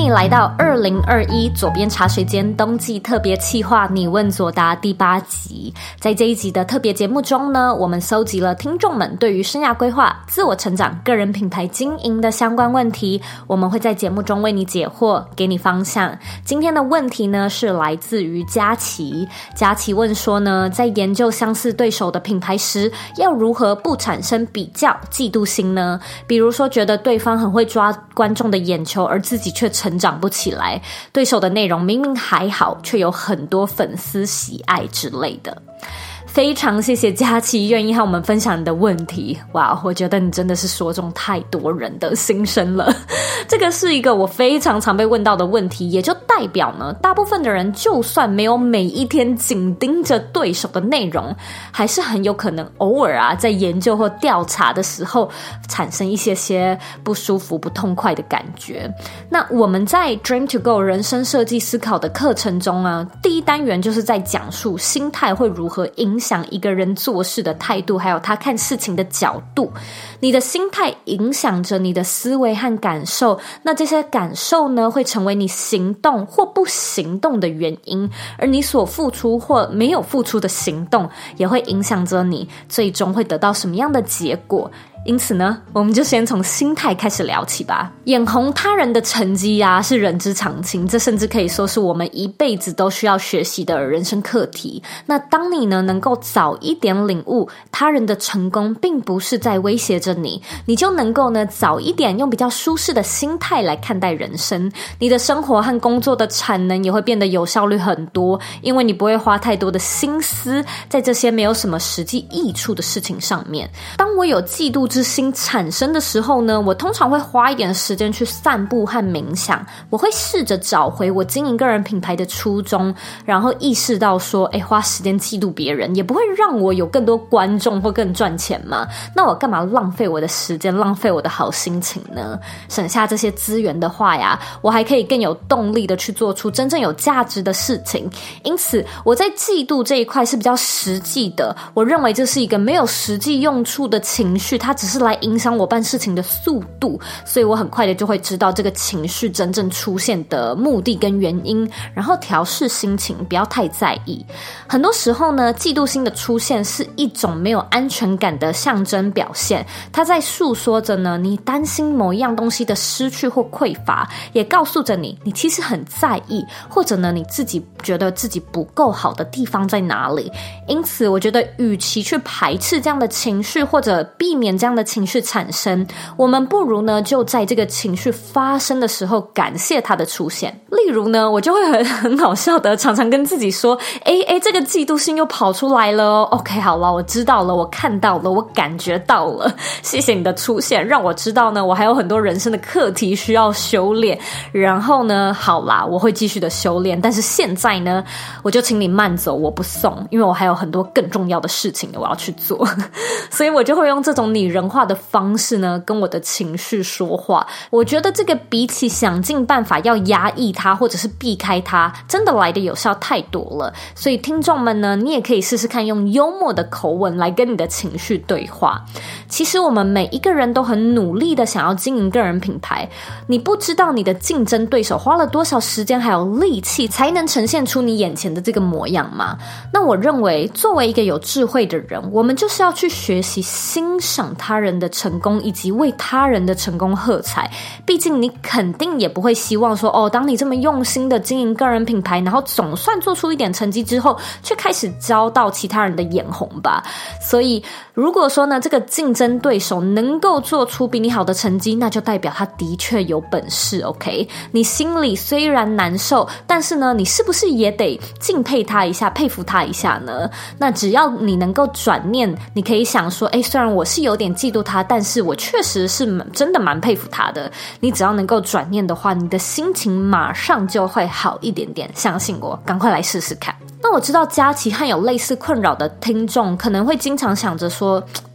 你来到2021左边茶水间冬季特别企划你问左答第8集。在这一集的特别节目中呢，我们搜集了听众们对于生涯规划、自我成长、个人品牌经营的相关问题，我们会在节目中为你解惑，给你方向。今天的问题呢是来自于佳琪。佳琪问说呢，在研究相似对手的品牌时，要如何不产生比较、嫉妒心呢？比如说觉得对方很会抓观众的眼球，而自己却成长不起来，对手的内容明明还好，却有很多粉丝喜爱之类的。非常谢谢佳琪愿意和我们分享你的问题。哇，我觉得你真的是说中太多人的心声了。这个是一个我非常常被问到的问题，也就代表呢，大部分的人就算没有每一天紧盯着对手的内容，还是很有可能偶尔在研究或调查的时候产生一些不舒服、不痛快的感觉。那我们在 Dream to Go 人生设计思考的课程中第一单元就是在讲述心态会如何影响一个人做事的态度，还有他看事情的角度。你的心态影响着你的思维和感受，那这些感受呢，会成为你行动或不行动的原因，而你所付出或没有付出的行动，也会影响着你最终会得到什么样的结果。因此呢，我们就先从心态开始聊起吧。眼红他人的成绩是人之常情，这甚至可以说是我们一辈子都需要学习的人生课题。那当你呢能够早一点领悟他人的成功并不是在威胁着你，你就能够呢早一点用比较舒适的心态来看待人生。你的生活和工作的产能也会变得有效率很多，因为你不会花太多的心思在这些没有什么实际益处的事情上面。当我有嫉妒之心产生的时候呢，我通常会花一点时间去散步和冥想。我会试着找回我经营个人品牌的初衷，然后意识到说花时间嫉妒别人也不会让我有更多观众或更赚钱嘛，那我干嘛浪费我的时间，浪费我的好心情呢？省下这些资源的话我还可以更有动力的去做出真正有价值的事情。因此我在嫉妒这一块是比较实际的，我认为这是一个没有实际用处的情绪，它只是来影响我办事情的速度，所以我很快的就会知道这个情绪真正出现的目的跟原因，然后调试心情，不要太在意。很多时候呢，嫉妒心的出现是一种没有安全感的象征表现，它在诉说着呢，你担心某一样东西的失去或匮乏，也告诉着你其实很在意，或者呢，你自己觉得自己不够好的地方在哪里。因此我觉得与其去排斥这样的情绪，或者避免这样的情绪产生，我们不如呢就在这个情绪发生的时候感谢它的出现。例如呢，我就会很好笑的常常跟自己说这个嫉妒心又跑出来了哦。 OK 好了，我知道了，我看到了，我感觉到了，谢谢你的出现，让我知道呢我还有很多人生的课题需要修炼。然后呢，好啦，我会继续的修炼，但是现在呢，我就请你慢走，我不送，因为我还有很多更重要的事情我要去做。所以我就会用这种拟人化的方式呢跟我的情绪说话。我觉得这个比起想尽办法要压抑它或者是避开它，真的来的有效太多了。所以听众们呢，你也可以试试看用幽默的口吻来跟你的情绪对话。其实我们每一个人都很努力的想要经营个人品牌，你不知道你的竞争对手花了多少时间还有力气才能呈现出你眼前的这个模样吗？那我认为作为一个有智慧的人，我们就是要去学习欣赏他人的成功，以及为他人的成功喝彩。毕竟你肯定也不会希望说当你这么用心的经营个人品牌，然后总算做出一点成绩之后，却开始遭到其他人的眼红吧。所以如果说呢，这个竞争对手能够做出比你好的成绩，那就代表他的确有本事 OK。 你心里虽然难受，但是呢，你是不是也得敬佩他一下，佩服他一下呢？那只要你能够转念，你可以想说虽然我是有点嫉妒他，但是我确实是真的蛮佩服他的。你只要能够转念的话，你的心情马上就会好一点点，相信我，赶快来试试看。那我知道佳琪和有类似困扰的听众可能会经常想着说，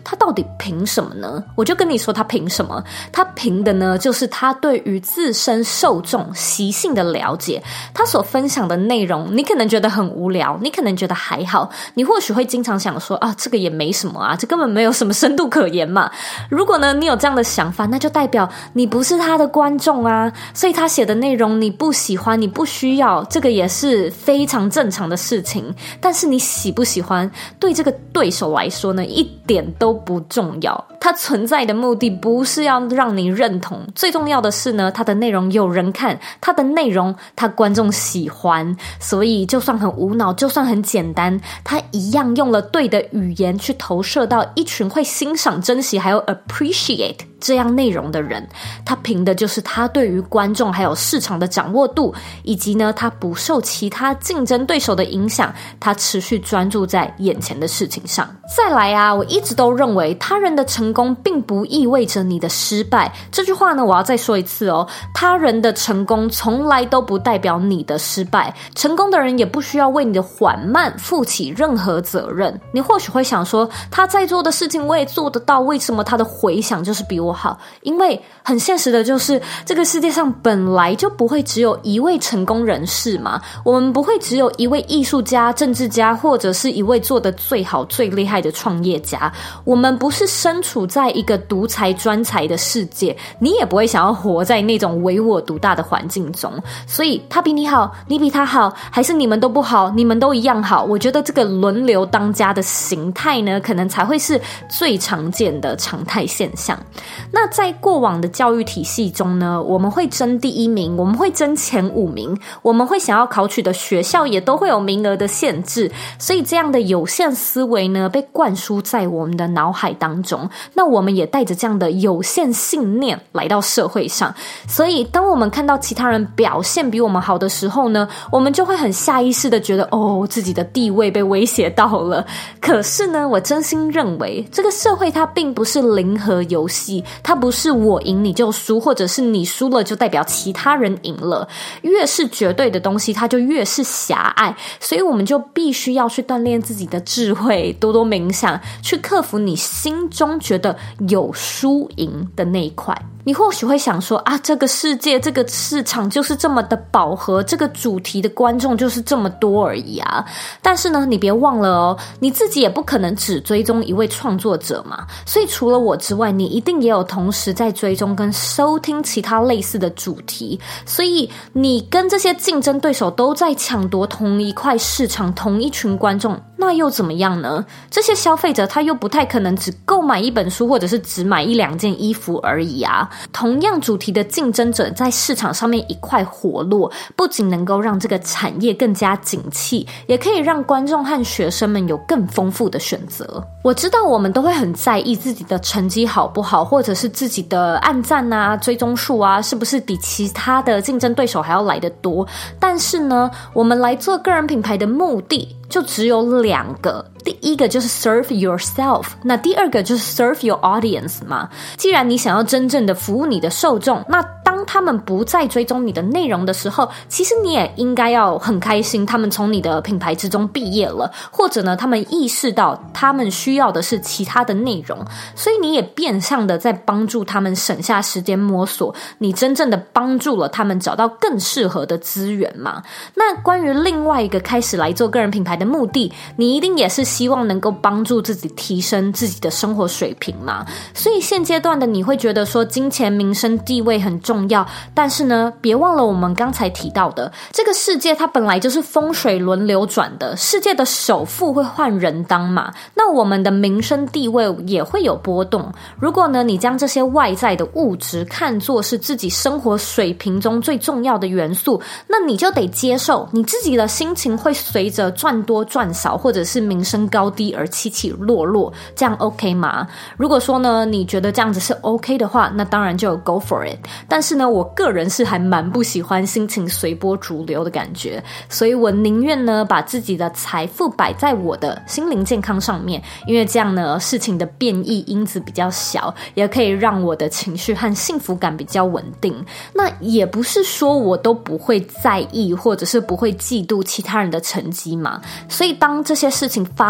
他到底凭什么呢？我就跟你说他凭什么，他凭的呢就是他对于自身受众习性的了解。他所分享的内容你可能觉得很无聊，你可能觉得还好，你或许会经常想说啊，这个也没什么啊，这根本没有什么深度可言嘛。如果呢你有这样的想法，那就代表你不是他的观众啊，所以他写的内容你不喜欢，你不需要，这个也是非常正常的事情。但是你喜不喜欢，对这个对手来说呢，一点都不重要。它存在的目的不是要让你认同，最重要的是呢，它的内容有人看，它的内容它观众喜欢，所以就算很无脑，就算很简单，它一样用了对的语言去投射到一群会欣赏、珍惜还有 appreciate这样内容的人。他凭的就是他对于观众还有市场的掌握度，以及呢他不受其他竞争对手的影响，他持续专注在眼前的事情上。再来啊，我一直都认为他人的成功并不意味着你的失败。这句话呢我要再说一次哦，他人的成功从来都不代表你的失败，成功的人也不需要为你的缓慢负起任何责任。你或许会想说，他在做的事情我也做得到，为什么他的回响就是比我好？因为很现实的就是这个世界上本来就不会只有一位成功人士嘛，我们不会只有一位艺术家、政治家，或者是一位做得最好最厉害的创业家。我们不是身处在一个独裁专裁的世界，你也不会想要活在那种唯我独大的环境中。所以他比你好，你比他好，还是你们都不好，你们都一样好，我觉得这个轮流当家的形态呢，可能才会是最常见的常态现象。那在过往的教育体系中呢，我们会争第一名，我们会争前5名，我们会想要考取的学校也都会有名额的限制，所以这样的有限思维呢，被灌输在我们的脑海当中。那我们也带着这样的有限信念来到社会上，所以当我们看到其他人表现比我们好的时候呢，我们就会很下意识的觉得自己的地位被威胁到了。可是呢，我真心认为这个社会它并不是零和游戏，它不是我赢你就输，或者是你输了就代表其他人赢了。越是绝对的东西，它就越是狭隘，所以我们就必须要去锻炼自己的智慧，多多冥想，去克服你心中觉得有输赢的那一块。你或许会想说啊，这个世界这个市场就是这么的饱和，这个主题的观众就是这么多而已啊。但是呢，你别忘了哦，你自己也不可能只追踪一位创作者嘛，所以除了我之外，你一定也有同时在追踪跟收听其他类似的主题，所以你跟这些竞争对手都在抢夺同一块市场，同一群观众，那又怎么样呢？这些消费者他又不太可能只购买一本书，或者是只买1-2件衣服而已啊。同样主题的竞争者在市场上面一块活络，不仅能够让这个产业更加景气，也可以让观众和学生们有更丰富的选择。我知道我们都会很在意自己的成绩好不好，或者是自己的按赞啊、追踪数啊，是不是比其他的竞争对手还要来得多。但是呢，我们来做个人品牌的目的就只有2个，第一个就是 serve yourself， 那第二个就是 serve your audience 嘛。既然你想要真正的服务你的受众，那当他们不再追踪你的内容的时候，其实你也应该要很开心，他们从你的品牌之中毕业了，或者呢，他们意识到他们需要的是其他的内容，所以你也变相的在帮助他们省下时间摸索，你真正的帮助了他们找到更适合的资源嘛。那关于另外一个开始来做个人品牌的目的，你一定也是希望能够帮助自己提升自己的生活水平嘛。所以现阶段的你会觉得说金钱、名声、地位很重要，但是呢，别忘了我们刚才提到的，这个世界它本来就是风水轮流转的，世界的首富会换人当嘛，那我们的名声地位也会有波动。如果呢，你将这些外在的物质看作是自己生活水平中最重要的元素，那你就得接受你自己的心情会随着赚多赚少，或者是名声高低而起起落落，这样 OK 吗？如果说呢，你觉得这样子是 OK 的话，那当然就 go for it。但是呢，我个人是还蛮不喜欢心情随波逐流的感觉，所以我宁愿呢把自己的财富摆在我的心灵健康上面，因为这样呢事情的变异因子比较小，也可以让我的情绪和幸福感比较稳定。那也不是说我都不会在意或者是不会嫉妒其他人的成绩嘛，所以当这些事情发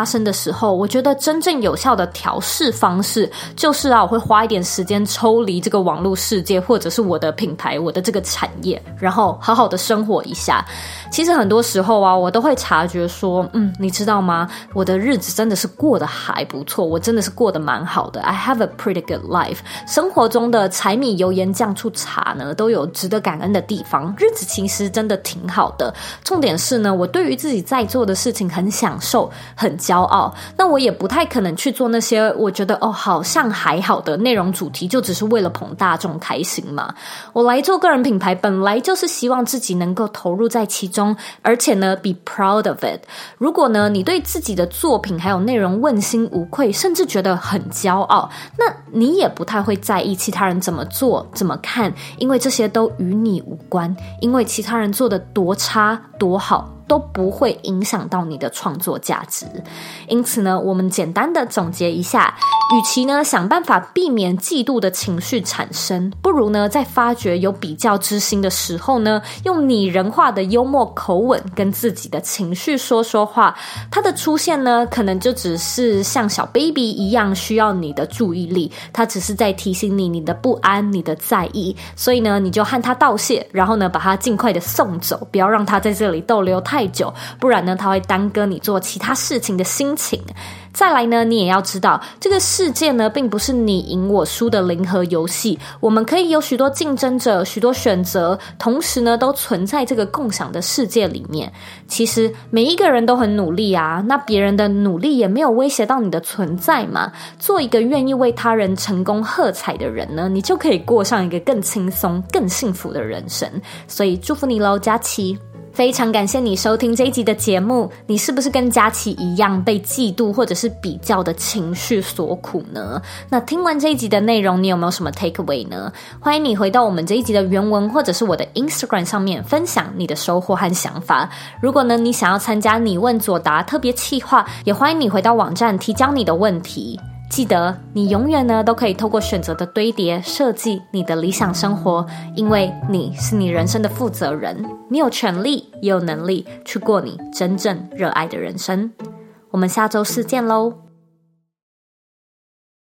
生的时候，我觉得真正有效的调试方式就是我会花一点时间抽离这个网络世界，或者是我的品牌，我的这个产业，然后好好的生活一下。其实很多时候我都会察觉说，你知道吗？我的日子真的是过得还不错，我真的是过得蛮好的。I have a pretty good life。生活中的柴米油盐酱醋茶呢，都有值得感恩的地方，日子其实真的挺好的。重点是呢，我对于自己在做的事情很享受，很骄傲。那我也不太可能去做那些我觉得好像还好的内容主题，就只是为了捧大众开心嘛。我来做个人品牌，本来就是希望自己能够投入在其中，而且呢 be proud of it。 如果呢你对自己的作品还有内容问心无愧，甚至觉得很骄傲，那你也不太会在意其他人怎么做怎么看，因为这些都与你无关，因为其他人做的多差多好都不会影响到你的创作价值。因此呢，我们简单的总结一下，与其呢想办法避免嫉妒的情绪产生，不如呢在发觉有比较之心的时候呢，用拟人化的幽默口吻跟自己的情绪说说话。它的出现呢，可能就只是像小 baby 一样需要你的注意力，它只是在提醒你的不安，你的在意。所以呢，你就和他道谢，然后呢把他尽快的送走，不要让他在这里逗留太久，不然呢他会耽搁你做其他事情的心情。再来呢，你也要知道，这个世界呢并不是你赢我输的零和游戏，我们可以有许多竞争者，许多选择，同时呢都存在这个共享的世界里面。其实每一个人都很努力那别人的努力也没有威胁到你的存在嘛。做一个愿意为他人成功喝彩的人呢，你就可以过上一个更轻松更幸福的人生。所以祝福你咯，佳琪。非常感谢你收听这一集的节目，你是不是跟佳琪一样被嫉妒或者是比较的情绪所苦呢？那听完这一集的内容，你有没有什么 takeaway 呢？欢迎你回到我们这一集的原文，或者是我的 Instagram 上面分享你的收获和想法。如果呢你想要参加你问左答特别企划，也欢迎你回到网站提交你的问题。记得你永远呢都可以透过选择的堆叠设计你的理想生活，因为你是你人生的负责人，你有权利也有能力去过你真正热爱的人生。我们下周四见咯。